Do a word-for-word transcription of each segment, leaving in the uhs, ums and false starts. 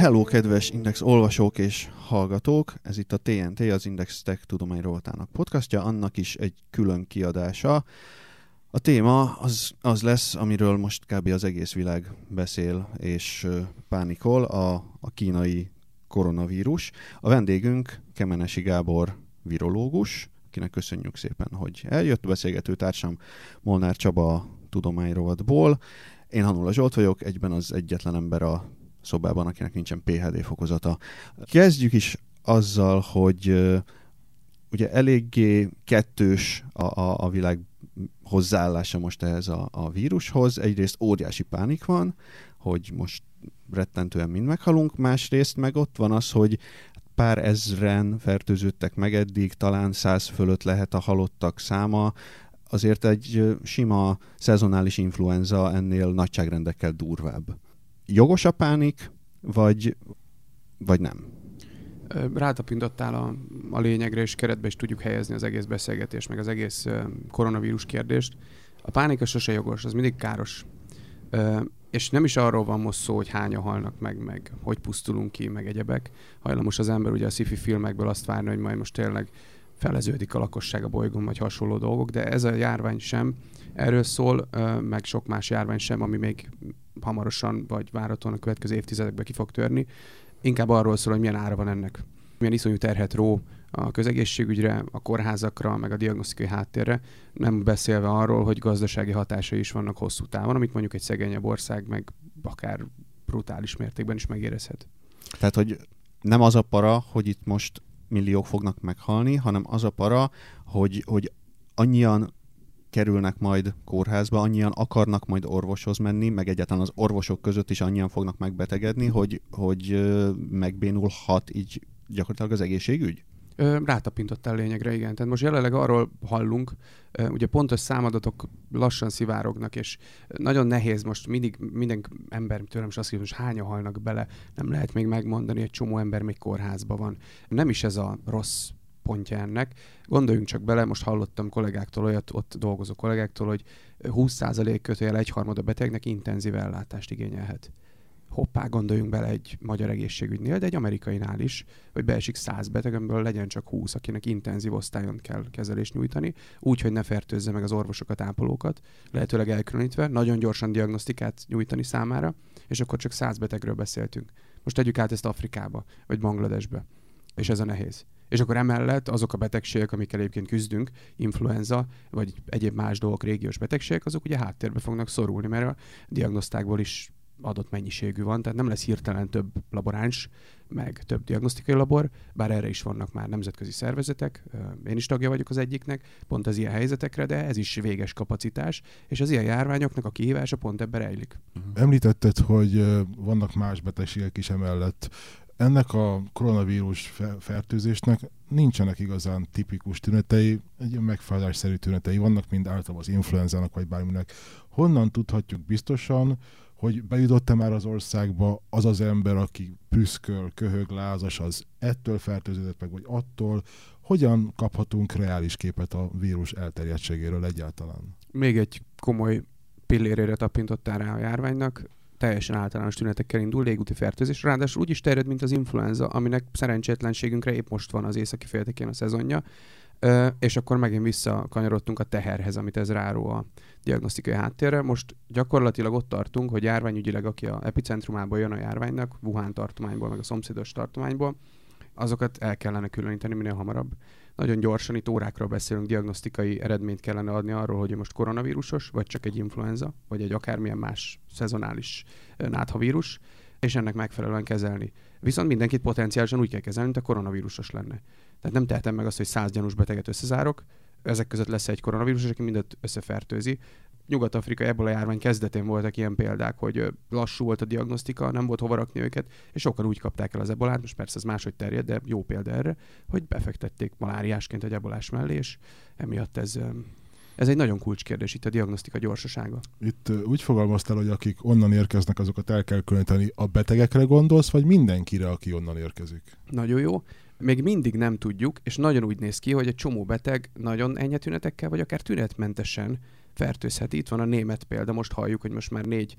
Hello, kedves Index olvasók és hallgatók! Ez itt a té en té, az Index Tech tudományrovatának podcastja, annak is egy külön kiadása. A téma az, az lesz, amiről most kb. Az egész világ beszél és pánikol, a, a kínai koronavírus. A vendégünk Kemenesi Gábor virológus, akinek köszönjük szépen, hogy eljött. Beszélgető társam Molnár Csaba a tudományrovatból. Én Hanula Zsolt vagyok, egyben az egyetlen ember a szobában, akinek nincsen pé há dé fokozata. Kezdjük is azzal, hogy uh, ugye eléggé kettős a, a, a világ hozzáállása most ehhez a, a vírushoz. Egyrészt óriási pánik van, hogy most rettentően mind meghalunk, másrészt meg ott van az, hogy pár ezren fertőződtek meg eddig, talán száz fölött lehet a halottak száma. Azért egy sima szezonális influenza ennél nagyságrendekkel durvább. Jogos a pánik, vagy, vagy nem? Rátapintottál a, a lényegre, és keretbe is tudjuk helyezni az egész beszélgetést, meg az egész koronavírus kérdést. A pánika sose jogos, az mindig káros. És nem is arról van most szó, hogy hányan halnak meg, meg hogy pusztulunk ki, meg egyebek. Hajlamos az ember ugye a sci-fi filmekből azt várni, hogy majd most tényleg feleződik a lakosság a bolygón, vagy hasonló dolgok, de ez a járvány sem erről szól, meg sok más járvány sem, ami még hamarosan vagy várhatóan a következő évtizedekben ki fog törni. Inkább arról szól, hogy milyen ára van ennek. Milyen iszonyú terhet ró a közegészségügyre, a kórházakra, meg a diagnosztikai háttérre, nem beszélve arról, hogy gazdasági hatásai is vannak hosszú távon, amit mondjuk egy szegényebb ország meg akár brutális mértékben is megérezhet. Tehát, hogy nem az a para, hogy itt most milliók fognak meghalni, hanem az a para, hogy, hogy annyian kerülnek majd kórházba, annyian akarnak majd orvoshoz menni, meg egyáltalán az orvosok között is annyian fognak megbetegedni, hogy, hogy megbénulhat így gyakorlatilag az egészségügy? Rátapintottál lényegre, igen. Tehát most jelenleg arról hallunk, ugye pontos számadatok lassan szivárognak, és nagyon nehéz most mindig minden ember tőlem is azt mondja, hogy hányan halnak bele, nem lehet még megmondani, egy csomó ember még kórházban van. Nem is ez a rossz pontja ennek. Gondoljunk csak bele, most hallottam kollégáktól, olyat ott dolgozó kollégáktól, hogy húsz százalék kötőjel egyharmada betegnek intenzív ellátást igényelhet. Hoppá, gondoljunk bele egy magyar egészségügynél, de egy amerikainál is, hogy beesik száz beteg, amiből legyen csak húsz, akinek intenzív osztályon kell kezelést nyújtani, úgy, hogy ne fertőzze meg az orvosokat, ápolókat, lehetőleg elkülönítve, nagyon gyorsan diagnosztikát nyújtani számára, és akkor csak száz betegről beszéltünk. Most tegyük át ezt Afrikába, vagy Bangladesbe, és ez a nehéz. És akkor emellett azok a betegségek, amikkel egyébként küzdünk, influenza, vagy egyéb más dolgok, régiós betegségek, azok ugye háttérbe fognak szorulni, mert a diagnosztákból is adott mennyiségű van, tehát nem lesz hirtelen több laboráns, meg több diagnosztikai labor, bár erre is vannak már nemzetközi szervezetek, én is tagja vagyok az egyiknek, pont az ilyen helyzetekre, de ez is véges kapacitás, és az ilyen járványoknak a kihívása pont ebben rejlik. Említetted, hogy vannak más betegségek is emellett. Ennek a koronavírus fertőzésnek nincsenek igazán tipikus tünetei, egy megfázásszerű tünetei vannak, mind általában az influenzának vagy bárminek. Honnan tudhatjuk biztosan, hogy bejutott-e már az országba az az ember, aki prüszköl, köhög, lázas, az ettől fertőződött meg, vagy attól? Hogyan kaphatunk reális képet a vírus elterjedtségéről egyáltalán? Még egy komoly pillérére tapintottál rá a járványnak, teljesen általános tünetekkel indul, légúti fertőzés, ráadásul úgy is terjed, mint az influenza, aminek szerencsétlenségünkre épp most van az északi féltekén a szezonja, Ö, és akkor megint visszakanyarodtunk a teherhez, amit ez ráró a diagnosztikai háttérre. Most gyakorlatilag ott tartunk, hogy járványügyileg, aki a epicentrumából jön a járványnak, Wuhan tartományból, meg a szomszédos tartományból, azokat el kellene különíteni minél hamarabb. Nagyon gyorsan, itt órákról beszélünk, diagnosztikai eredményt kellene adni arról, hogy most koronavírusos, vagy csak egy influenza, vagy egy akármilyen más szezonális náthavírus, és ennek megfelelően kezelni. Viszont mindenkit potenciálisan úgy kell kezelni, mint a koronavírusos lenne. Tehát nem tehetem meg azt, hogy száz gyanús beteget összezárok, ezek között lesz egy koronavírus, és aki mindet összefertőzi. Nyugat-Afrika ebből a járvány kezdetén voltak ilyen példák, hogy lassú volt a diagnosztika, nem volt hova rakni őket, és sokan úgy kapták el az ebolát, most persze ez máshogy terjed, de jó példa erre, hogy befektették maláriásként egy ebolás mellé, és emiatt ez, ez egy nagyon kulcskérdés itt a diagnosztika gyorsasága. Itt úgy fogalmaztál, hogy akik onnan érkeznek, azokat el kell különíteni. A betegekre gondolsz, vagy mindenkire, aki onnan érkezik? Nagyon jó. Még mindig nem tudjuk, és nagyon úgy néz ki, hogy egy csomó beteg nagyon enyhe tünetekkel, vagy akár tünetmentesen fertőzheti. Itt van a német példa, most halljuk, hogy most már négy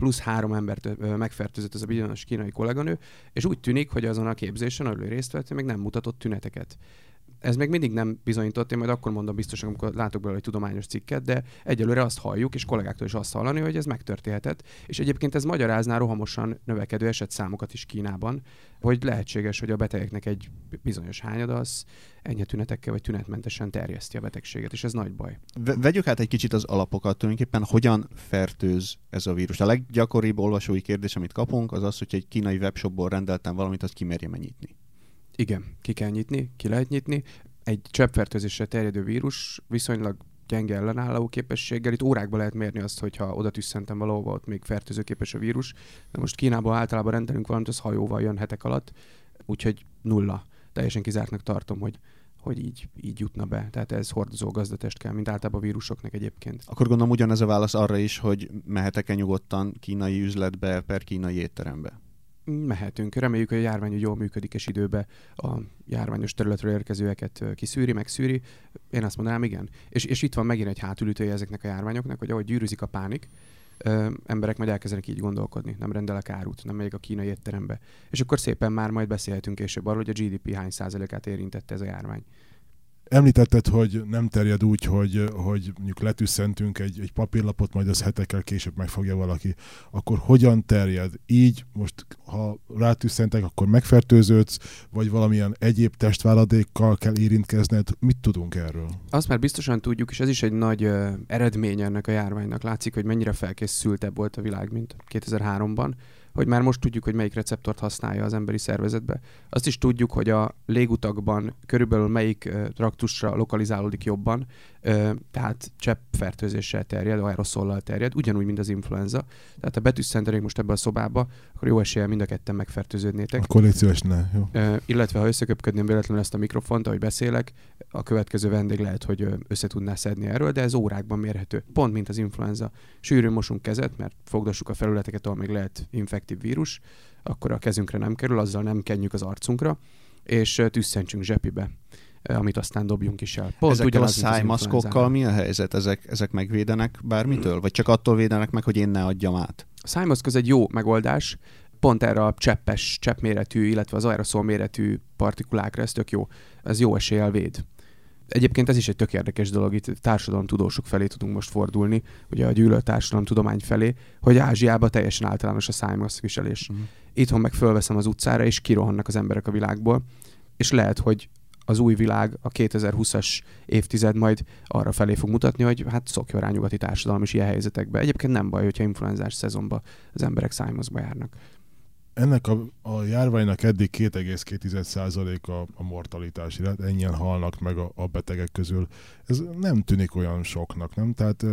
plusz három embert ö, megfertőzött ez a bizonyos kínai kolléganő, és úgy tűnik, hogy azon a képzésen, ahol ő részt vett, még nem mutatott tüneteket. Ez még mindig nem bizonyított, én majd akkor mondom biztosan, amikor látok belőle egy tudományos cikket, de egyelőre azt halljuk, és kollégáktól is azt hallani, hogy ez megtörténhetett. És egyébként ez magyarázná rohamosan növekedő esetszámokat is Kínában, hogy lehetséges, hogy a betegeknek egy bizonyos hányada az enyhe tünetekkel vagy tünetmentesen terjeszti a betegséget, és ez nagy baj. Vegyük át egy kicsit az alapokat, tulajdonképpen hogyan fertőz ez a vírus. A leggyakoribb olvasói kérdés, amit kapunk, az az, hogy egy kínai webshopból rendeltem valamit, azt kimerjem nyitni. Igen, ki kell nyitni, ki lehet nyitni. Egy cseppfertőzéssel terjedő vírus viszonylag gyenge ellenálló képességgel. Itt órákban lehet mérni azt, hogyha oda tüsszentem valahova, ott még fertőzőképes a vírus. De most Kínában általában rendelünk valamit, az hajóval jön hetek alatt, úgyhogy nulla. Teljesen kizártnak tartom, hogy, hogy így, így jutna be. Tehát ez hordozó gazdatest kell, mint általában a vírusoknak egyébként. Akkor gondolom ugyanez a válasz arra is, hogy mehetek-e nyugodtan kínai üzletbe per kínai étterembe? Mehetünk. Reméljük, hogy a járvány jól működik, és időben a járványos területről érkezőeket kiszűri, megszűri. Én azt mondanám, igen. És, és itt van megint egy hátulütője ezeknek a járványoknak, hogy ahogy gyűrűzik a pánik, ö, emberek majd elkezdenek így gondolkodni. Nem rendelek árut, nem megyek a kínai étterembe. És akkor szépen már majd beszélhetünk később arról, hogy a gé dé pé hány százalékát érintette ez a járvány. Említetted, hogy nem terjed úgy, hogy, hogy mondjuk letüsszentünk egy, egy papírlapot, majd az hetekkel később megfogja valaki. Akkor hogyan terjed? Így most, ha rátüsszentek, akkor megfertőződsz, vagy valamilyen egyéb testváladékkal kell érintkezned. Mit tudunk erről? Azt már biztosan tudjuk, és ez is egy nagy uh, eredmény ennek a járványnak. Látszik, hogy mennyire felkészültebb volt a világ, mint kétezer-háromban. Hogy már most tudjuk, hogy melyik receptort használja az emberi szervezetbe. Azt is tudjuk, hogy a légutakban körülbelül melyik uh, traktusra lokalizálódik jobban, uh, tehát cseppfertőzéssel terjed, aeroszollal terjed, ugyanúgy, mint az influenza. Tehát ha betüsszentenék most ebbe a szobába, akkor jó eséllyel mind a ketten megfertőződnétek. Akkor légy szíves, ne. Jó. Uh, illetve ha összeköpködném véletlenül ezt a mikrofont, ahogy beszélek, a következő vendég lehet, hogy össze tudná szedni erről, de ez órákban mérhető. Pont, mint az influenza. Sűrűn mosunk kezet, mert fogdassuk a felületeket, ahol még lehet infektív vírus, akkor a kezünkre nem kerül, azzal nem kenjük az arcunkra, és tüsszentsünk zsepibe, amit aztán dobjunk is el. Pont ezekkel a szájmaszkokkal mi a helyzet? Ezek, ezek megvédenek bármitől? Vagy csak attól védenek meg, hogy én ne adjam át? A szájmaszk az egy jó megoldás, pont erre a cseppes, cseppméretű, illetve az aeroszol méretű partikulákra, ez tök jó. Ez jó eséllyel véd. Egyébként ez is egy tök érdekes dolog, itt társadalomtudósok felé tudunk most fordulni, ugye a gyűlölt társadalomtudomány felé, hogy Ázsiában teljesen általános a szájmaszk viselés. Uh-huh. Itthon meg fölveszem az utcára, és kirohannak az emberek a világból, és lehet, hogy az új világ, a kétezer-húszas évtized majd arra felé fog mutatni, hogy hát szokjon rá nyugati társadalom is ilyen helyzetekben. Egyébként nem baj, hogyha influenzás szezonban az emberek szájmaszkba járnak. Ennek a, a járványnak eddig két egész két százaléka a mortalitás, illetve ennyien halnak meg a, a betegek közül. Ez nem tűnik olyan soknak, nem? Tehát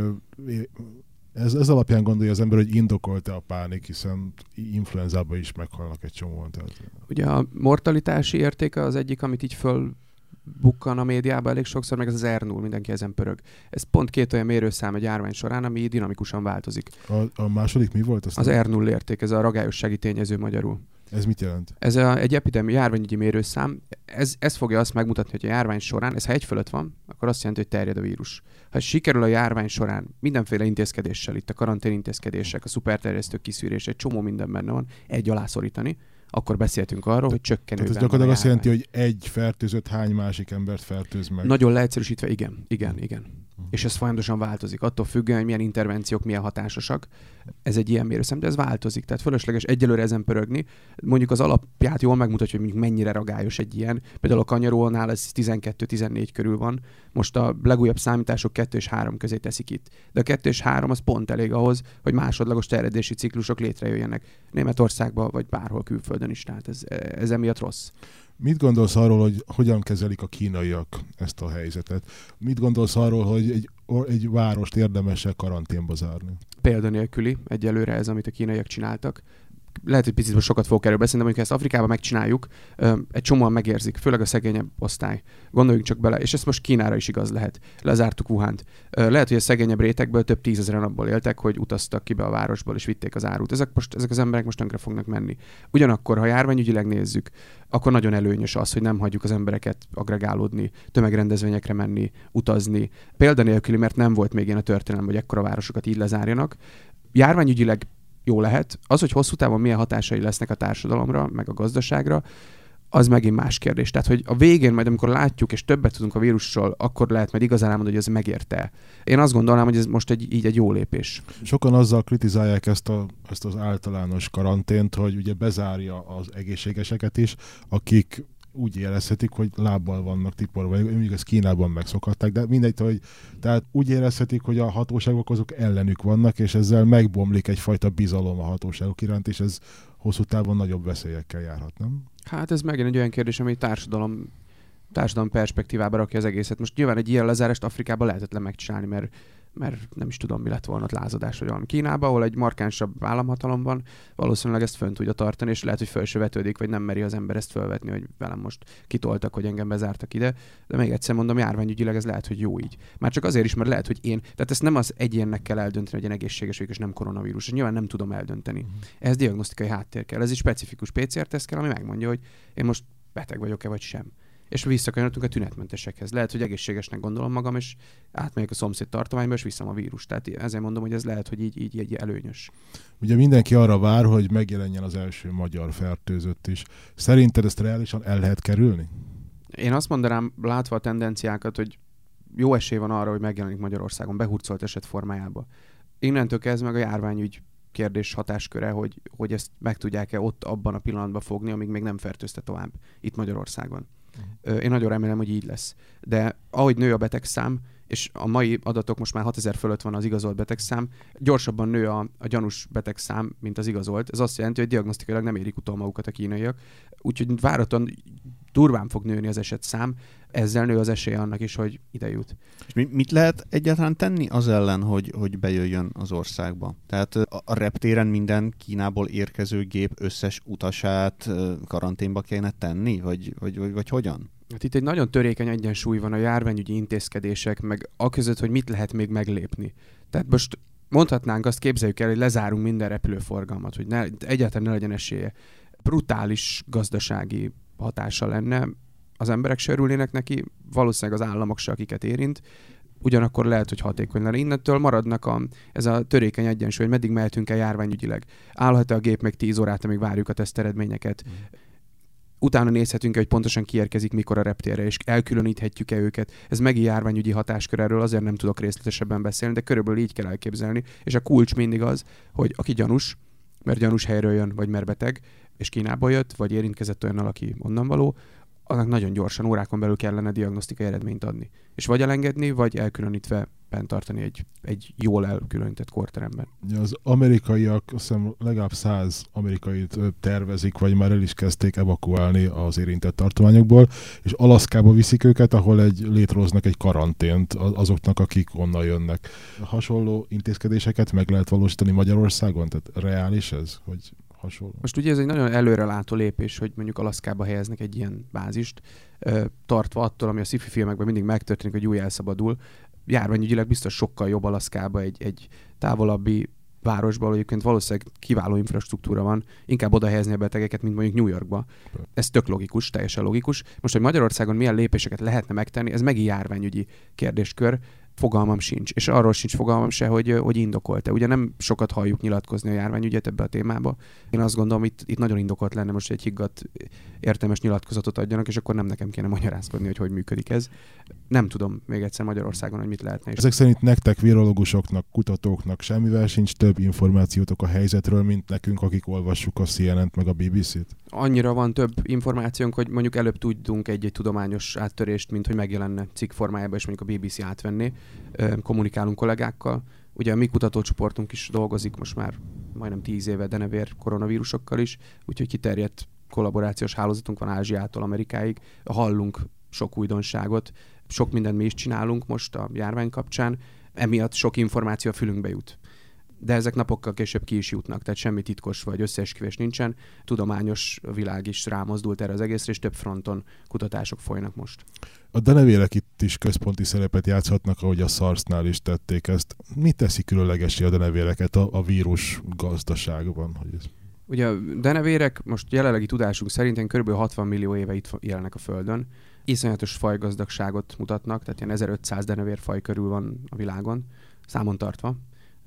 ez, ez alapján gondolja az ember, hogy indokolta a pánik, hiszen influenzában is meghalnak egy csomóan. Tehát... Ugye a mortalitási értéke az egyik, amit így föl bukkan a médiában elég sokszor, meg ez az er null, mindenki ezen pörög. Ez pont két olyan mérőszám a járvány során, ami dinamikusan változik. A, a második mi volt? Azt az er null érték, ez a ragályossági tényező magyarul. Ez mit jelent? Ez a, egy epidemi járványügyi mérőszám, ez, ez fogja azt megmutatni, hogy a járvány során, ez ha egy fölött van, akkor azt jelenti, hogy terjed a vírus. Ha sikerül a járvány során mindenféle intézkedéssel, itt a karantén intézkedések, a szuperterjesztők kiszűrés, egy csomó minden benne van, egy alá szorítani, akkor beszéltünk arról, hogy csökkenőben. Tehát ez gyakorlatilag azt jelenti, hogy egy fertőzött hány másik embert fertőz meg. Nagyon leegyszerűsítve, igen, igen, igen. Uh-huh. És ez folyamatosan változik. Attól függően, hogy milyen intervenciók milyen hatásosak. Ez egy ilyen mérőszám, de ez változik. Tehát fölösleges egyelőre ezen pörögni. Mondjuk az alapját jól megmutatja, hogy mondjuk mennyire ragályos egy ilyen. Például a kanyarónál ez tizenkettő-tizennégy körül van. Most a legújabb számítások kettő és három közé teszik itt. De a kettő és három az pont elég ahhoz, hogy másodlagos terjedési ciklusok létrejöjjenek Németországban, vagy bárhol külföldön is. Tehát ez, ez emiatt rossz. Mit gondolsz arról, hogy hogyan kezelik a kínaiak ezt a helyzetet? Mit gondolsz arról, hogy egy, egy várost érdemes-e karanténba zárni? Példanélküli egyelőre ez, amit a kínaiak csináltak. Lehet, hogy picit sokat fogok erről beszélni, de mondjuk ezt Afrikában megcsináljuk, egy csomóan megérzik, főleg a szegényebb osztály. Gondoljunk csak bele, és ez most Kínára is igaz lehet. Lezártuk Wuhant. Lehet, hogy a szegényebb rétegből több tízezeren abból éltek, hogy utaztak ki be a városból és vitték az árut. Ezek, most, ezek az emberek most tönkre fognak menni. Ugyanakkor, ha járványügyileg nézzük, akkor nagyon előnyös az, hogy nem hagyjuk az embereket agregálódni, tömegrendezvényekre menni, utazni. Példanélküli, mert nem volt még ilyen a történelem, hogy ekkora városokat így lezárjanak. Járványügyileg jó lehet. Az, hogy hosszú távon milyen hatásai lesznek a társadalomra, meg a gazdaságra, az megint más kérdés. Tehát, hogy a végén majd, amikor látjuk és többet tudunk a vírusról, akkor lehet majd igazán elmondani, hogy ez megérte. Én azt gondolnám, hogy ez most egy, így egy jó lépés. Sokan azzal kritizálják ezt, a, ezt az általános karantént, hogy ugye bezárja az egészségeseket is, akik úgy érezhetik, hogy lábbal vannak tiporva, mondjuk ezt Kínában megszokhatták, de mindegy, hogy tehát úgy érezhetik, hogy a hatóságok azok ellenük vannak, és ezzel megbomlik egyfajta bizalom a hatóságok iránt, és ez hosszú távon nagyobb veszélyekkel járhat, nem? Hát ez megint egy olyan kérdés, ami társadalom, társadalom perspektívába rakja az egészet. Most nyilván egy ilyen lezárást Afrikában lehetetlen megcsinálni, mert, mert nem is tudom, mi lett volna ott lázadás, vagy valami. Kínában, ahol egy markánsabb államhatalom van, valószínűleg ezt fönn tudja tartani, és lehet, hogy föl se vetődik, vagy nem meri az ember ezt fölvetni, hogy velem most kitoltak, hogy engem bezártak ide. De még egyszer mondom, járványügyileg ez lehet, hogy jó így. Már csak azért is, mert lehet, hogy én, tehát ezt nem az egyénnek kell eldönteni, hogy én egészséges vagyok, és nem koronavírus. Ezt nyilván nem tudom eldönteni. Uh-huh. Ez diagnosztikai háttér kell. Ez egy specifikus pé cé er teszt kell, ami megmondja, hogy én most beteg vagyok-e vagy sem. És visszakanyarodtunk a tünetmentesekhez. Lehet, hogy egészségesnek gondolom magam, és átmegyek a szomszéd tartományba, és viszem a vírust. Tehát ezért mondom, hogy ez lehet, hogy így, így egy előnyös. Ugye mindenki arra vár, hogy megjelenjen az első magyar fertőzött is. Szerinted ezt reálisan el lehet kerülni? Én azt mondanám, látva a tendenciákat, hogy jó esély van arra, hogy megjelenik Magyarországon behurcolt eset formájába. Innentől kezdve meg a járványügy kérdés hatásköre, hogy, hogy ezt meg tudják-e ott abban a pillanatban fogni, amíg még nem fertőzte tovább itt Magyarországon. Uh-huh. Én nagyon remélem, hogy így lesz. De ahogy nő a betegszám, és a mai adatok most már hatezer fölött van az igazolt betegszám, gyorsabban nő a, a gyanús betegszám, mint az igazolt. Ez azt jelenti, hogy diagnosztikailag nem érik utol magukat a kínaiak. Úgyhogy várhatóan durván fog nőni az esetszám, ezzel nő az esélye annak is, hogy ide jut. És mit lehet egyáltalán tenni az ellen, hogy, hogy bejöjjön az országba? Tehát a reptéren minden Kínából érkező gép összes utasát karanténba kellene tenni? Vagy, vagy, vagy, vagy hogyan? Hát itt egy nagyon törékeny egyensúly van a járványügyi intézkedések, meg aközött, hogy mit lehet még meglépni. Tehát most mondhatnánk azt, képzeljük el, hogy lezárunk minden repülőforgalmat, hogy ne, egyáltalán ne legyen esélye. Brutális gazdasági hatása lenne, az emberek se örülnének neki, valószínűleg az államok se, akiket érint, ugyanakkor lehet, hogy hatékony lenne. Innentől maradnak a, ez a törékeny egyensúly, hogy meddig mehetünk el járványügyileg. Állhat-e a gép még tíz órát, amíg várjuk a teszteredményeket. Mm. Utána nézhetünk, hogy pontosan kiérkezik mikor a reptérre, és elkülöníthetjük-e őket. Ez megint járványügyi hatáskör, erről azért nem tudok részletesebben beszélni, de körülbelül így kell elképzelni. És a kulcs mindig az, hogy aki gyanús, mert gyanús helyről jön, vagy mert beteg, és Kínából jött, vagy érintkezett olyannal, aki onnan való, annak nagyon gyorsan, órákon belül kellene diagnosztikai eredményt adni. És vagy elengedni, vagy elkülönítve bent tartani egy, egy jól elkülönített kórteremben. Az amerikaiak, azt hiszem legalább száz amerikait tervezik, vagy már el is kezdték evakuálni az érintett tartományokból, és Alaszkába viszik őket, ahol egy, létrehoznak egy karantént azoknak, akik onnan jönnek. Hasonló intézkedéseket meg lehet valósítani Magyarországon? Tehát reális ez, hogy hasonló? Most ugye ez egy nagyon előrelátó lépés, hogy mondjuk Alaszkába helyeznek egy ilyen bázist, tartva attól, ami a sci-fi filmekben mindig megtörténik, hogy új elszabadul. Járványügyileg biztos sokkal jobb Alaszkába egy, egy távolabbi városban, egyébként valószínűleg kiváló infrastruktúra van, inkább oda helyezni a betegeket, mint mondjuk New Yorkba. Ez tök logikus, teljesen logikus. Most, hogy Magyarországon milyen lépéseket lehetne megtenni, ez megint járványügyi kérdéskör, fogalmam sincs. És arról sincs fogalmam se, hogy, hogy indokolt-e. Ugye nem sokat halljuk nyilatkozni a járványügyet ebbe a témába. Én azt gondolom, itt, itt nagyon indokolt lenne most egy higgadt, értelmes nyilatkozatot adjanak, és akkor nem nekem kéne magyarázkodni, hogy hogy működik ez. Nem tudom még egyszer Magyarországon, hogy mit lehetne. Ezek szerint nektek, virológusoknak, kutatóknak semmivel sincs több információtok a helyzetről, mint nekünk, akik olvassuk a cé en en-t meg a bé bé cét? Annyira van több információnk, hogy mondjuk előbb tudunk egy-egy tudományos áttörést, mint hogy megjelenne cikk formájában, és mondjuk a bé bé cé átvenné. Kommunikálunk kollégákkal. Ugye a mi kutatócsoportunk is dolgozik most már majdnem tíz éve denevér koronavírusokkal is, úgyhogy kiterjedt kollaborációs hálózatunk van Ázsiától Amerikáig. Hallunk sok újdonságot, sok mindent mi is csinálunk most a járvány kapcsán, emiatt sok információ a fülünkbe jut. De ezek napokkal később ki is jutnak, tehát semmi titkos vagy összeesküvés nincsen. Tudományos világ is rámozdult erre az egészre, és több fronton kutatások folynak most. A denevérek itt is központi szerepet játszhatnak, ahogy a SARS-nál is tették ezt. Mi teszi különlegessé a denevéreket a, a vírus gazdaságban? Hogy ez... Ugye a denevérek most jelenlegi tudásunk szerint kb. hatvan millió éve itt élnek a Földön. Iszonyatos fajgazdagságot mutatnak, tehát ilyen ezerötszáz denevérfaj körül van a világon, számon tartva.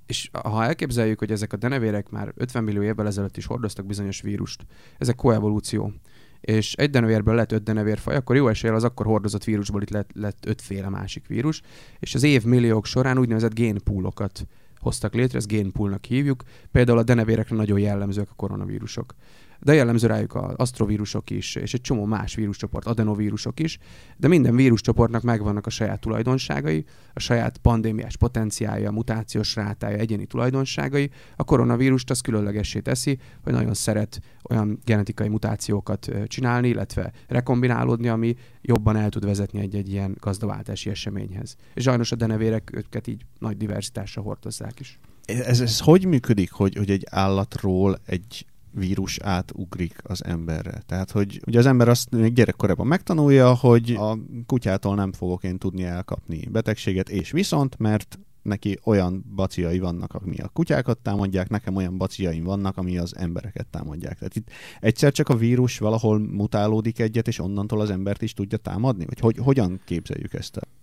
És ha elképzeljük, hogy ezek a denevérek már ötven millió évvel ezelőtt is hordoztak bizonyos vírust, ezek koevolúció, és egy denevérből lett öt denevérfaj, akkor jó eséllyel az akkor hordozott vírusból itt lett, lett ötféle másik vírus, és az évmilliók során úgynevezett génpúlokat hoztak létre, ezt génpoolnak hívjuk. Például a denevérekre nagyon jellemzőek a koronavírusok. De jellemző rájuk az asztrovírusok is, és egy csomó más víruscsoport, adenovírusok is, de minden víruscsoportnak megvannak a saját tulajdonságai, a saját pandémiás potenciálja, mutációs rátája, egyéni tulajdonságai. A koronavírust az különlegessé teszi, hogy nagyon szeret olyan genetikai mutációkat csinálni, illetve rekombinálódni, ami jobban el tud vezetni egy-egy ilyen gazdaváltási eseményhez. És sajnos a denevérek őket így nagy diverzitásra hordozzák is. Ez, ez hogy működik, hogy, hogy egy állatról egy vírus átugrik az emberre? Tehát, hogy ugye az ember azt még gyerekkorában megtanulja, hogy a kutyától nem fogok én tudni elkapni betegséget, és viszont, mert neki olyan baciai vannak, ami a kutyákat támadják, nekem olyan baciaim vannak, ami az embereket támadják. Tehát itt egyszer csak a vírus valahol mutálódik egyet, és onnantól az embert is tudja támadni? Vagy hogy, hogyan képzeljük ezt el?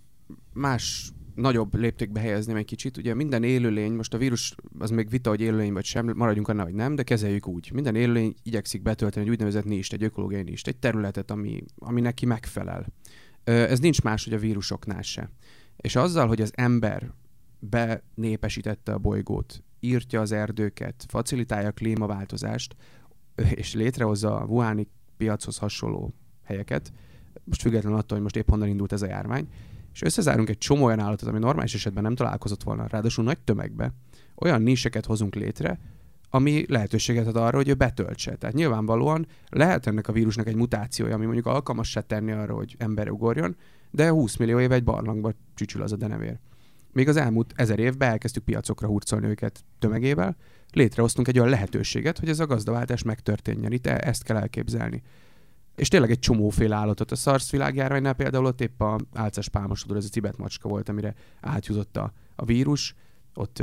Más nagyobb léptékbe helyezném egy kicsit. Ugye minden élőlény, most a vírus az még vita, hogy élőlény vagy sem, maradjunk annál, hogy nem, de kezeljük úgy. Minden élőlény igyekszik betölteni egy úgynevezett nist, egy ökológiai nist, egy területet, ami, ami neki megfelel. Ez nincs más, hogy a vírusoknál se. És azzal, hogy az ember benépesítette a bolygót, írtja az erdőket, facilitálja a klímaváltozást, és létrehozza a wuhani piachoz hasonló helyeket, most függetlenül attól, hogy most épp honnan indult ez a járvány, és összezárunk egy csomó olyan állatot, ami normális esetben nem találkozott volna, ráadásul nagy tömegbe, olyan niseket hozunk létre, ami lehetőséget ad arra, hogy ő betöltse. Tehát nyilvánvalóan lehet ennek a vírusnak egy mutációja, ami mondjuk alkalmassá tenni arra, hogy ember ugorjon, de húsz millió éve egy barlangba csücsül az a denevér. Még az elmúlt ezer évben elkezdtük piacokra hurcolni őket tömegével, létrehoztunk egy olyan lehetőséget, hogy ez a gazdaváltás megtörténjen. Itt ezt kell elképzelni. És tényleg egy csomóféle állatot. A SARS világjárványnál például ott épp a álcás pálmosodor, ez a cibetmacska volt, amire átjutott a, a vírus, ott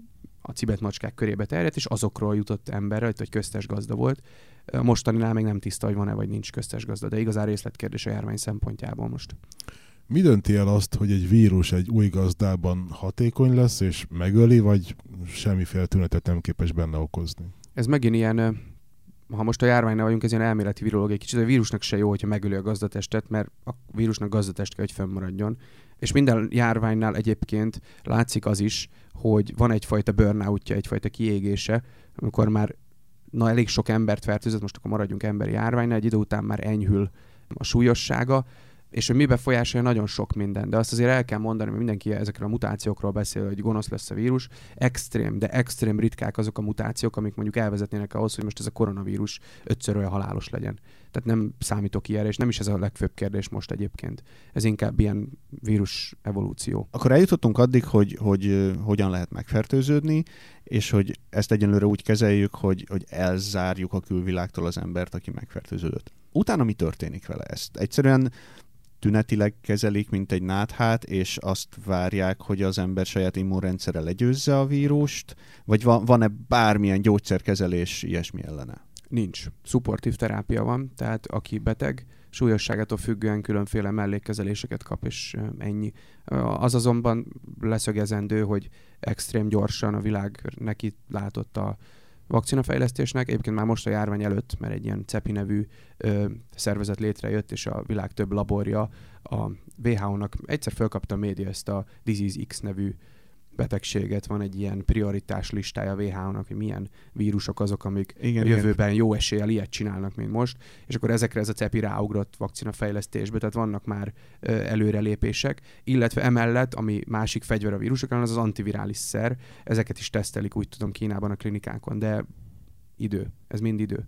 a cibetmacskák körébe terjedt, és azokról jutott emberre, hogy köztes gazda volt. A mostaninál még nem tiszta, hogy van-e vagy nincs köztes gazda, de igazán részletkérdés a járvány szempontjából most. Mi dönti el azt, hogy egy vírus egy új gazdában hatékony lesz, és megöli, vagy semmiféle tünetet nem képes benne okozni? Ez megint ilyen, ha most a járványnál vagyunk, ez ilyen elméleti virológia. Kicsit a vírusnak se jó, hogyha megöli a gazdatestet, mert a vírusnak gazdatest kell, hogy fönnmaradjon. És minden járványnál egyébként látszik az is, hogy van egyfajta burnoutja, egyfajta kiégése, amikor már na, elég sok embert fertőzött, most akkor maradjunk emberi járványnál, egy idő után már enyhül a súlyossága, és hogy mi befolyásolja nagyon sok minden. De azt azért el kell mondani, mert mindenki ezekről a mutációkról beszél, hogy gonosz lesz a vírus. Extrém, de extrém ritkák azok a mutációk, amik mondjuk elvezetnének ahhoz, hogy most ez a koronavírus ötször olyan halálos legyen. Tehát nem számítok ilyenre, és nem is ez a legfőbb kérdés most egyébként. Ez inkább ilyen vírus evolúció. Akkor eljutottunk addig, hogy, hogy hogyan lehet megfertőződni, és hogy ezt egyenlőre úgy kezeljük, hogy, hogy elzárjuk a külvilágtól az embert, aki megfertőződött. Utána mi történik vele? Ezt egyszerűen tünetileg kezelik, mint egy náthát, és azt várják, hogy az ember saját immunrendszere legyőzze a vírust, vagy van, van-e bármilyen gyógyszerkezelés ilyesmi ellene? Nincs. Szupportív terápia van, tehát aki beteg, súlyosságától függően különféle mellékkezeléseket kap, és ennyi. Az azonban leszögezendő, hogy extrém gyorsan a világ neki látott a vakcinafejlesztésnek, egyébként már most a járvány előtt, mert egy ilyen CEPI nevű ö, szervezet létrejött, és a világ több laborja a dupla vé há ó-nak egyszer fölkapta a média ezt a Disease X nevű betegséget, van egy ilyen prioritás listája a dupla vé há ó-nak, hogy milyen vírusok azok, amik igen, a jövőben igen. jó eséllyel ilyet csinálnak, mint most, és akkor ezekre ez a CEPI ráugrott vakcinafejlesztésbe, tehát vannak már ö, előrelépések, illetve emellett, ami másik fegyver a vírusokon, az az antivirális szer, ezeket is tesztelik, úgy tudom, Kínában a klinikákon, de idő, ez mind idő.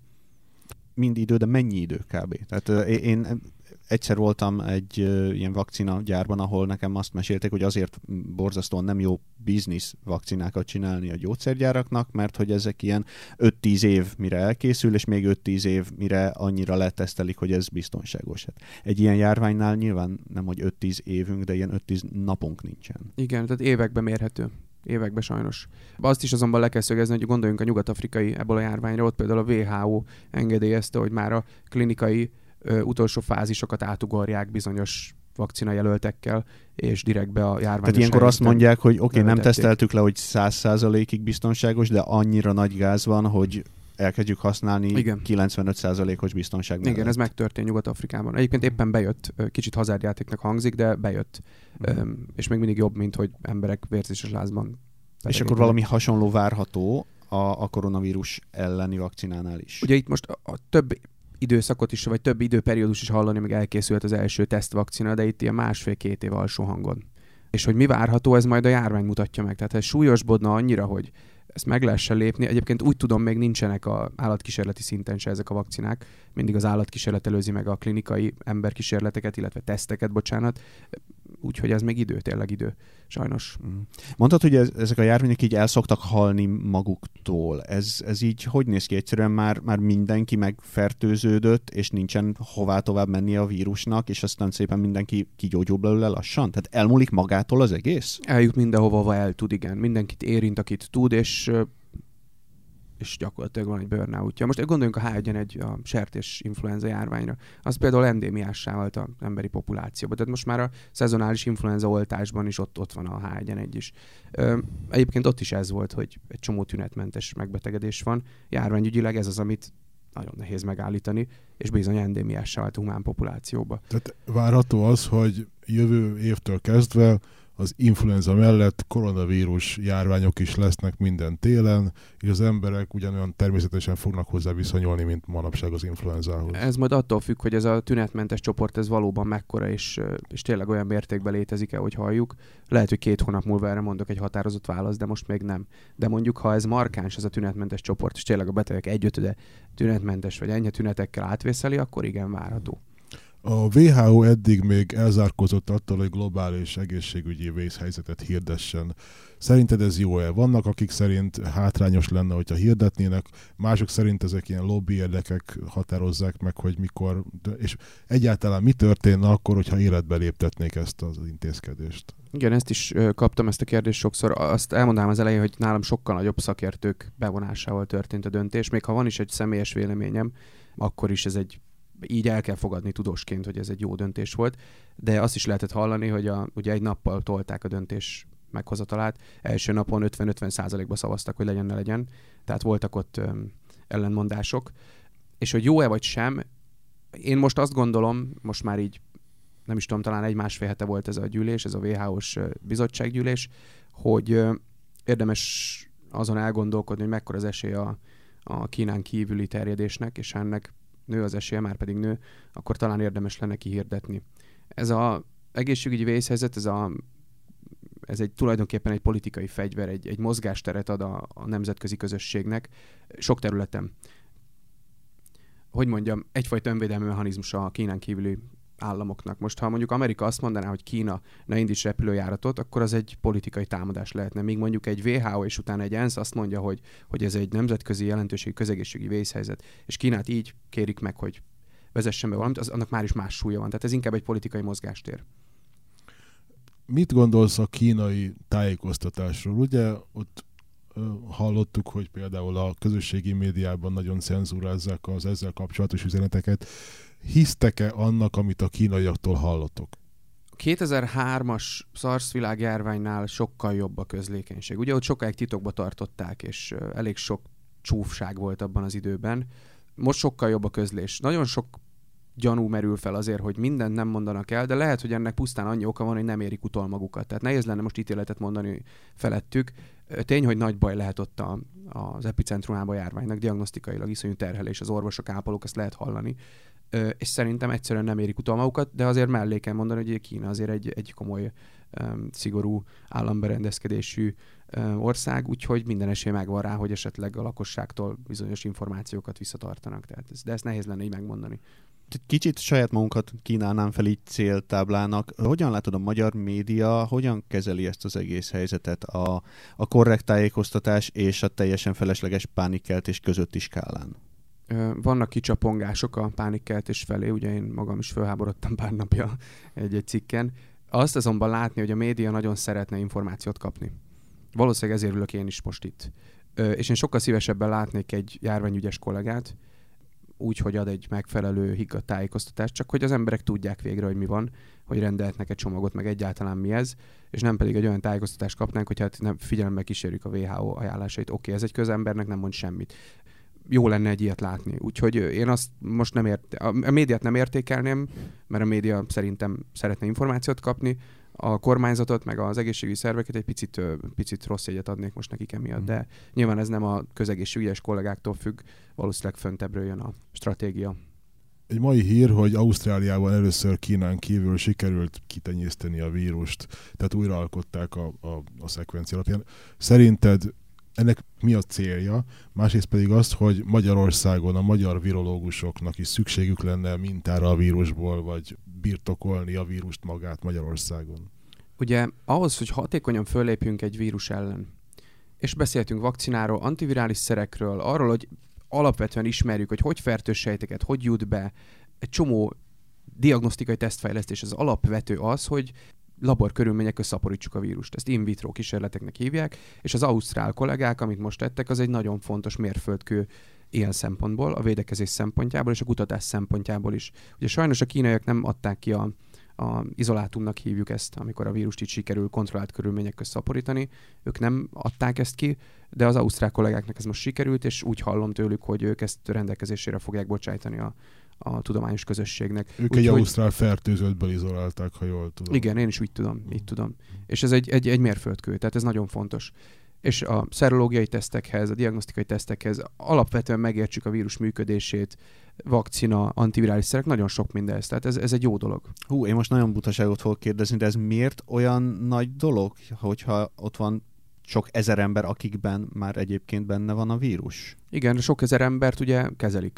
Mind idő, de mennyi idő kb? Tehát ö, én egyszer voltam egy ö, ilyen vakcina gyárban, ahol nekem azt mesélték, hogy azért borzasztóan nem jó biznisz vakcinákat csinálni a gyógyszergyáraknak, mert hogy ezek ilyen öt-tíz év mire elkészül, és még öt-tíz év mire annyira letesztelik, hogy ez biztonságos. Egy ilyen járványnál nyilván nem, hogy öt-tíz évünk, de ilyen öt-tíz napunk nincsen. Igen, tehát években mérhető. Években sajnos. Azt is azonban le kell szögezni, hogy gondoljunk a nyugat-afrikai ebből a járványra, ott például a dupla vé há ó engedélyezte, hogy már a klinikai ö, utolsó fázisokat átugorják bizonyos vakcina jelöltekkel, és direktbe a járvány. Tehát ilyenkor azt mondják, hogy oké, okay, nem teszteltük le, hogy száz százalékig biztonságos, de annyira nagy gáz van, hogy elkezdjük használni. Igen. kilencvenöt százalékos biztonság mellett. Igen, ez megtörtént Nyugat-Afrikában. Egyébként éppen bejött, kicsit hazárdjátéknak hangzik, de bejött. Mm. És még mindig jobb, mint hogy emberek vérzéses lázban. És akkor valami hasonló várható a, a koronavírus elleni vakcinánál is. Ugye itt most a, a több időszakot is, vagy több időperiódus is hallani, még elkészült az első tesztvakcina, de itt ilyen másfél-két év alsó hangon. És hogy mi várható, ez majd a járvány mutatja meg. Tehát ha ez súlyosbodna annyira, hogy ezt meg lehessen lépni. Egyébként úgy tudom, még nincsenek az állatkísérleti szinten se ezek a vakcinák. Mindig az állatkísérlet előzi meg a klinikai emberkísérleteket, illetve teszteket, bocsánat. Úgyhogy ez még idő, tényleg idő. Sajnos. Mondtad, hogy ez, ezek a járványok így el szoktak halni maguktól. Ez, ez így hogy néz ki? Egyszerűen már, már mindenki megfertőződött, és nincsen hová tovább menni a vírusnak, és aztán szépen mindenki kigyógyul belőle lassan? Tehát elmúlik magától az egész? Eljut mindenhova, ahova el tud, igen. Mindenkit érint, akit tud, és és gyakorlatilag van egy burnoutja. Most gondoljunk a há egy en egy, a sertés influenza járványra. Az például endémiássá vált az emberi populációban. Tehát most már a szezonális influenza oltásban is ott, ott van a há egy en egy is. Ö, egyébként ott is ez volt, hogy egy csomó tünetmentes megbetegedés van. Járványügyileg ez az, amit nagyon nehéz megállítani, és bizony endémiássá vált a humán populációba. Tehát várható az, hogy jövő évtől kezdve az influenza mellett koronavírus járványok is lesznek minden télen, és az emberek ugyanolyan természetesen fognak hozzá viszonyulni, mint manapság az influenzához. Ez majd attól függ, hogy ez a tünetmentes csoport ez valóban mekkora, és, és tényleg olyan mértékben létezik-e, hogy halljuk. Lehet, hogy két hónap múlva erre mondok egy határozott választ, de most még nem. De mondjuk, ha ez markáns, ez a tünetmentes csoport, és tényleg a betegek egyötöde tünetmentes vagy enyhe tünetekkel átvészeli, akkor igen, várható. A dupla vé há ó eddig még elzárkózott attól, hogy globális egészségügyi vészhelyzetet hirdessen. Szerinted ez jó-e? Vannak, akik szerint hátrányos lenne, hogyha hirdetnének, mások szerint ezek ilyen lobby érdekek határozzák meg, hogy mikor, és egyáltalán mi történne akkor, hogyha életbe léptetnék ezt az intézkedést? Igen, ezt is kaptam, ezt a kérdést sokszor. Azt elmondanám az elején, hogy nálam sokkal nagyobb szakértők bevonásával történt a döntés. Még ha van is egy személyes véleményem, akkor is ez egy így el kell fogadni tudósként, hogy ez egy jó döntés volt, de azt is lehetett hallani, hogy a, ugye egy nappal tolták a döntés meghozatalát. Első napon ötven-ötven százalékba szavaztak, hogy legyen, ne legyen. Tehát voltak ott öm, ellentmondások. És hogy jó-e vagy sem, én most azt gondolom, most már így nem is tudom, talán egy-másfél hete volt ez a gyűlés, ez a dupla vé há ó-s bizottsággyűlés, hogy ö, érdemes azon elgondolkodni, hogy mekkora az esély a, a Kínán kívüli terjedésnek, és ennek nő az esélye, már pedig nő, akkor talán érdemes lenne kihirdetni. Ez az egészségügyi vészhelyzet, ez, a, ez egy tulajdonképpen egy politikai fegyver, egy, egy mozgásteret ad a, a nemzetközi közösségnek sok területen. Hogy mondjam, egyfajta önvédelmi mechanizmus a Kínán kívüli államoknak. Most, ha mondjuk Amerika azt mondaná, hogy Kína ne indíts repülőjáratot, akkor az egy politikai támadás lehetne. Míg mondjuk egy dupla vé há ó és utána egy ENSZ azt mondja, hogy, hogy ez egy nemzetközi jelentőségű közegészségügyi vészhelyzet, és Kínát így kérik meg, hogy vezessen be valamit, az, annak már is más súlya van. Tehát ez inkább egy politikai mozgástér. Mit gondolsz a kínai tájékoztatásról? Ugye ott hallottuk, hogy például a közösségi médiában nagyon cenzúrázzák az ezzel kapcsolatos üzeneteket. Hisztek-e annak, amit a kínaiaktól hallottok? A kétezer-hármas SARS világjárványnál sokkal jobb a közlékenység. Ugye ott sokáig titokba tartották, és elég sok csúfság volt abban az időben. Most sokkal jobb a közlés. Nagyon sok gyanú merül fel azért, hogy mindent nem mondanak el, de lehet, hogy ennek pusztán annyi oka van, hogy nem érik utol magukat. Tehát nehéz lenne most ítéletet mondani felettük. Tény, hogy nagy baj lehet ott a, az epicentrumában a járványnak, diagnosztikailag iszonyú terhelés, az orvosok, ápolók, ezt lehet hallani. És szerintem egyszerűen nem érik utol magukat, de azért mellé kell mondani, hogy Kína azért egy, egy komoly, um, szigorú államberendezkedésű um, ország, úgyhogy minden esély megvan rá, hogy esetleg a lakosságtól bizonyos információkat visszatartanak. Tehát ez, de ezt nehéz lenne így megmondani. Kicsit saját magunkat kínálnám fel így céltáblának. Hogyan látod, a magyar média hogyan kezeli ezt az egész helyzetet a, a korrekt tájékoztatás és a teljesen felesleges pánikkeltés közötti skálán? Vannak kicsapongások a pánikkeltés felé, ugye én magam is fölháborodtam pár napja egy-egy cikken. Azt azonban látni, hogy a média nagyon szeretne információt kapni. Valószínűleg ezért ülök én is most itt. És én sokkal szívesebben látnék egy járványügyes kollégát, úgy, hogy ad egy megfelelő higgadt tájékoztatást, csak hogy az emberek tudják végre, hogy mi van, hogy rendelhetnek egy csomagot, meg egyáltalán mi ez, és nem pedig egy olyan tájékoztatást kapnánk, hogy hát nem figyelembe kísérjük a vé há o ajánlásait. Oké, okay, ez egy közembernek nem mond semmit. Jó lenne egy ilyet látni. Úgyhogy én azt most nem ért, a médiát nem értékelném, mert a média szerintem szeretne információt kapni, a kormányzatot, meg az egészségügyi szerveket egy picit, picit rossz jegyet adnék most nekik emiatt, de nyilván ez nem a közegészségügyes kollégáktól függ, valószínűleg föntebbről jön a stratégia. Egy mai hír, hogy Ausztráliában először Kínán kívül sikerült kitenyészteni a vírust, tehát újraalkották a, a, a szekvencia alapján. Szerinted ennek mi a célja? Másrészt pedig az, hogy Magyarországon a magyar virológusoknak is szükségük lenne mintára a vírusból, vagy birtokolni a vírust magát Magyarországon. Ugye ahhoz, hogy hatékonyan föllépjünk egy vírus ellen, és beszéltünk vakcináról, antivirális szerekről, arról, hogy alapvetően ismerjük, hogy hogy fertőz sejteket, hogy jut be, egy csomó diagnosztikai tesztfejlesztés, az alapvető az, hogy laborkörülmények közt szaporítsuk a vírust. Ezt in vitro kísérleteknek hívják, és az ausztrál kollégák, amit most tettek, az egy nagyon fontos mérföldkő ilyen szempontból, a védekezés szempontjából és a kutatás szempontjából is. Ugye sajnos a kínaiak nem adták ki a, a izolátumnak hívjuk ezt, amikor a vírust így sikerül kontrollált körülmények közt szaporítani. Ők nem adták ezt ki, de az ausztrál kollégáknak ez most sikerült, és úgy hallom tőlük, hogy ők ezt rendelkezésére fogják bocsájtani a, a tudományos közösségnek. Ők úgy, egy hogy... ausztrál fertőzöttből izolálták, ha jól tudom. Igen, én is úgy tudom, mm. így tudom. És ez egy, egy, egy mérföldkő, tehát ez nagyon fontos. És a szerológiai tesztekhez, a diagnosztikai tesztekhez alapvetően megértsük a vírus működését, vakcina, antivirális szerek, nagyon sok mindez. Tehát ez, ez egy jó dolog. Hú, én most nagyon butaságot fogok kérdezni, de ez miért olyan nagy dolog, hogyha ott van sok ezer ember, akikben már egyébként benne van a vírus? Igen, sok ezer embert ugye kezelik.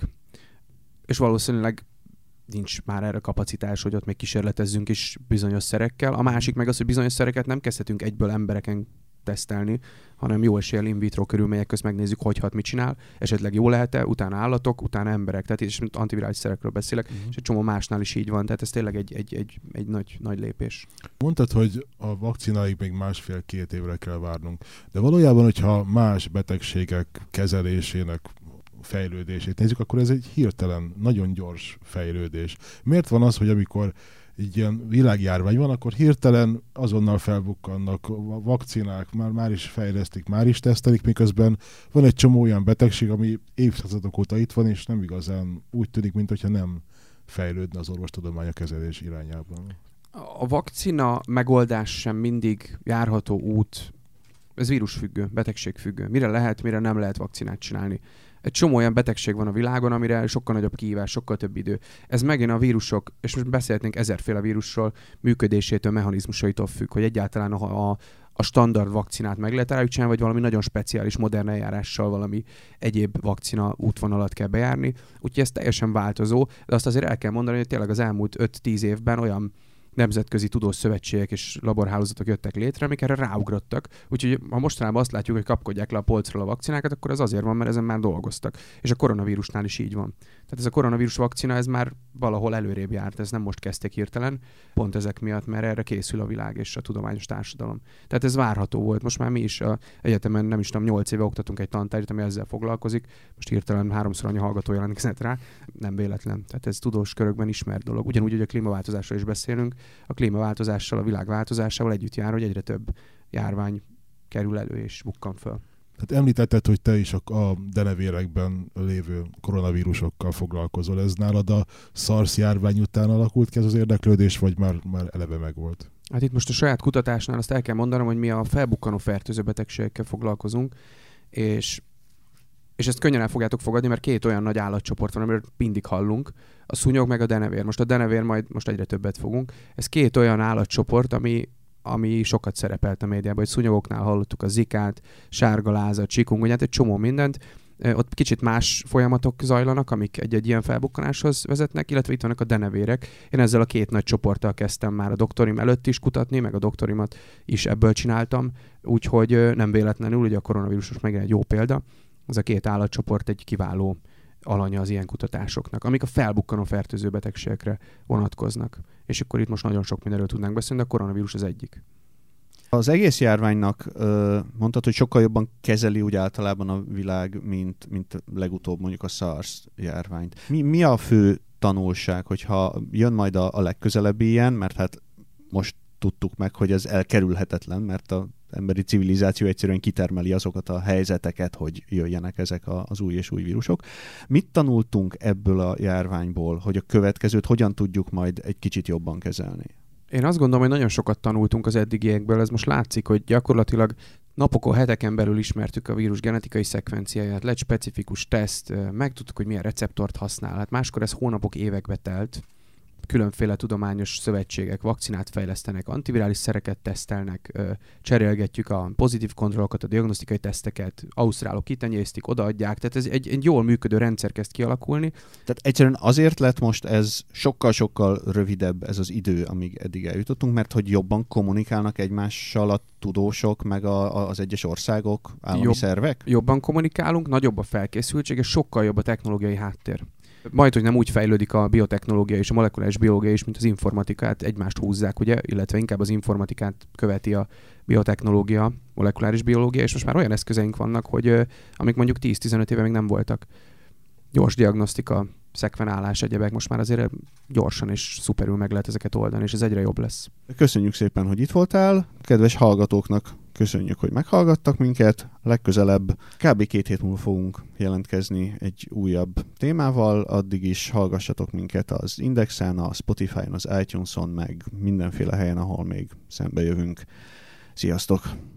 És valószínűleg nincs már erre kapacitás, hogy ott még kísérletezzünk is bizonyos szerekkel. A másik meg az, hogy bizonyos szereket nem kezdhetünk egyből embereken tesztelni, hanem jó eséllyel in vitro körülmények közt megnézzük, hogy hat, mit csinál, esetleg jó lehet-e, utána állatok, utána emberek, tehát és antivirális szerekről beszélek, uh-huh. és egy csomó másnál is így van, tehát ez tényleg egy, egy, egy, egy nagy, nagy lépés. Mondtad, hogy a vakcináig még másfél-két évre kell várnunk, de valójában, hogyha más betegségek kezelésének fejlődését nézzük, akkor ez egy hirtelen, nagyon gyors fejlődés. Miért van az, hogy amikor így ilyen világjárvány van, akkor hirtelen azonnal felbukkannak a vakcinák, már, már is fejlesztik, már is tesztelik, miközben van egy csomó olyan betegség, ami évszázadok óta itt van, és nem igazán úgy tűnik, mintha nem fejlődne az orvostudomány a kezelés irányában. A vakcina megoldás sem mindig járható út, ez vírusfüggő, betegségfüggő. Mire lehet, mire nem lehet vakcinát csinálni. Egy csomó olyan betegség van a világon, amire sokkal nagyobb kihívás, sokkal több idő. Ez megint a vírusok, és most beszélhetnénk ezerféle vírusról, működésétől, mechanizmusaitól függ, hogy egyáltalán a, a, a standard vakcinát meg lehet rájuk csinálni, vagy valami nagyon speciális, modern eljárással valami egyéb vakcina útvonalat kell bejárni. Úgyhogy ez teljesen változó, de azt azért el kell mondani, hogy tényleg az elmúlt öt-tíz évben olyan nemzetközi tudós szövetségek és laborhálózatok jöttek létre, amik erre ráugrottak. Úgyhogy ha mostanában azt látjuk, hogy kapkodják le a polcról a vakcinákat, akkor ez azért van, mert ezen már dolgoztak. És a koronavírusnál is így van. Tehát ez a koronavírus vakcina, ez már valahol előrébb járt, ez nem most kezdték hirtelen, pont ezek miatt, mert erre készül a világ és a tudományos társadalom. Tehát ez várható volt. Most már mi is a egyetemen, nem is tudom, nyolc éve oktatunk egy tantárgyat, ami ezzel foglalkozik. Most hirtelen háromszor annyi hallgató jelentkezett rá, nem véletlen. Tehát ez tudós körökben ismert dolog. Ugyanúgy, hogy a klímaváltozásról is beszélünk, a klímaváltozással, a világ változásával együtt jár, hogy egyre több járvány kerül elő és bukkan föl. Tehát említetted, hogy te is a, a denevérekben lévő koronavírusokkal foglalkozol. Ez nálad a SARS járvány után alakult ki ez az érdeklődés, vagy már, már eleve megvolt? Hát itt most a saját kutatásnál azt el kell mondanom, hogy mi a felbukkanó fertőző betegségekkel foglalkozunk, és, és ezt könnyen el fogjátok fogadni, mert két olyan nagy állatcsoport van, amiről mindig hallunk, a szúnyog meg a denevér. Most a denevér majd most egyre többet fogunk. Ez két olyan állatcsoport, ami ami sokat szerepelt a médiában, hogy szúnyogoknál hallottuk a zikát, sárgalázat, csikungunyát, egy csomó mindent. Ott kicsit más folyamatok zajlanak, amik egy-egy ilyen felbukkanáshoz vezetnek, illetve itt vannak a denevérek. Én ezzel a két nagy csoporttal kezdtem már a doktorim előtt is kutatni, meg a doktorimat is ebből csináltam, úgyhogy nem véletlenül, ugye a koronavírusos megint egy jó példa. Ez a két állatcsoport egy kiváló alanya az ilyen kutatásoknak, amik a felbukkanó fertőző betegségekre vonatkoznak. És akkor itt most nagyon sok mindenről tudnánk beszélni, de a koronavírus az egyik. Az egész járványnak mondtad, hogy sokkal jobban kezeli úgy általában a világ, mint, mint legutóbb mondjuk a SARS járványt. Mi, mi a fő tanulság, hogyha jön majd a, a legközelebbi ilyen, mert hát most tudtuk meg, hogy ez elkerülhetetlen, mert az emberi civilizáció egyszerűen kitermeli azokat a helyzeteket, hogy jöjjenek ezek a, az új és új vírusok. Mit tanultunk ebből a járványból, hogy a következőt hogyan tudjuk majd egy kicsit jobban kezelni? Én azt gondolom, hogy nagyon sokat tanultunk az eddigiekből. Ez most látszik, hogy gyakorlatilag napokon, heteken belül ismertük a vírus genetikai szekvenciáját, lett specifikus teszt, megtudtuk, hogy milyen receptort használ. Hát máskor ez hónapok, évekbe telt. Különféle tudományos szövetségek vakcinát fejlesztenek, antivirális szereket tesztelnek, cserélgetjük a pozitív kontrollokat, a diagnosztikai teszteket, ausztrálok kitenyésztik, odaadják, tehát ez egy, egy jól működő rendszer kezd kialakulni. Tehát egyszerűen azért lett most ez sokkal-sokkal rövidebb ez az idő, amíg eddig eljutottunk, mert hogy jobban kommunikálnak egymással a tudósok, meg a, a, az egyes országok, állami Jobb, szervek? Jobban kommunikálunk, nagyobb a felkészültség, és sokkal jobb a technológiai háttér. Majd, hogy nem úgy fejlődik a biotechnológia és a molekuláris biológia is, mint az informatikát, egymást húzzák, ugye, illetve inkább az informatikát követi a biotechnológia, molekuláris biológia, és most már olyan eszközeink vannak, hogy amik mondjuk tíz-tizenöt éve még nem voltak. Gyors diagnosztika, szekvenálás, egyebek, most már azért gyorsan és szuperül meg lehet ezeket oldani, és ez egyre jobb lesz. Köszönjük szépen, hogy itt voltál. Kedves hallgatóknak köszönjük, hogy meghallgattak minket. Legközelebb kb. két hét múlva fogunk jelentkezni egy újabb témával. Addig is hallgassatok minket az Indexen, a Spotify-on, az iTunes-on, meg mindenféle helyen, ahol még szembe jövünk. Sziasztok!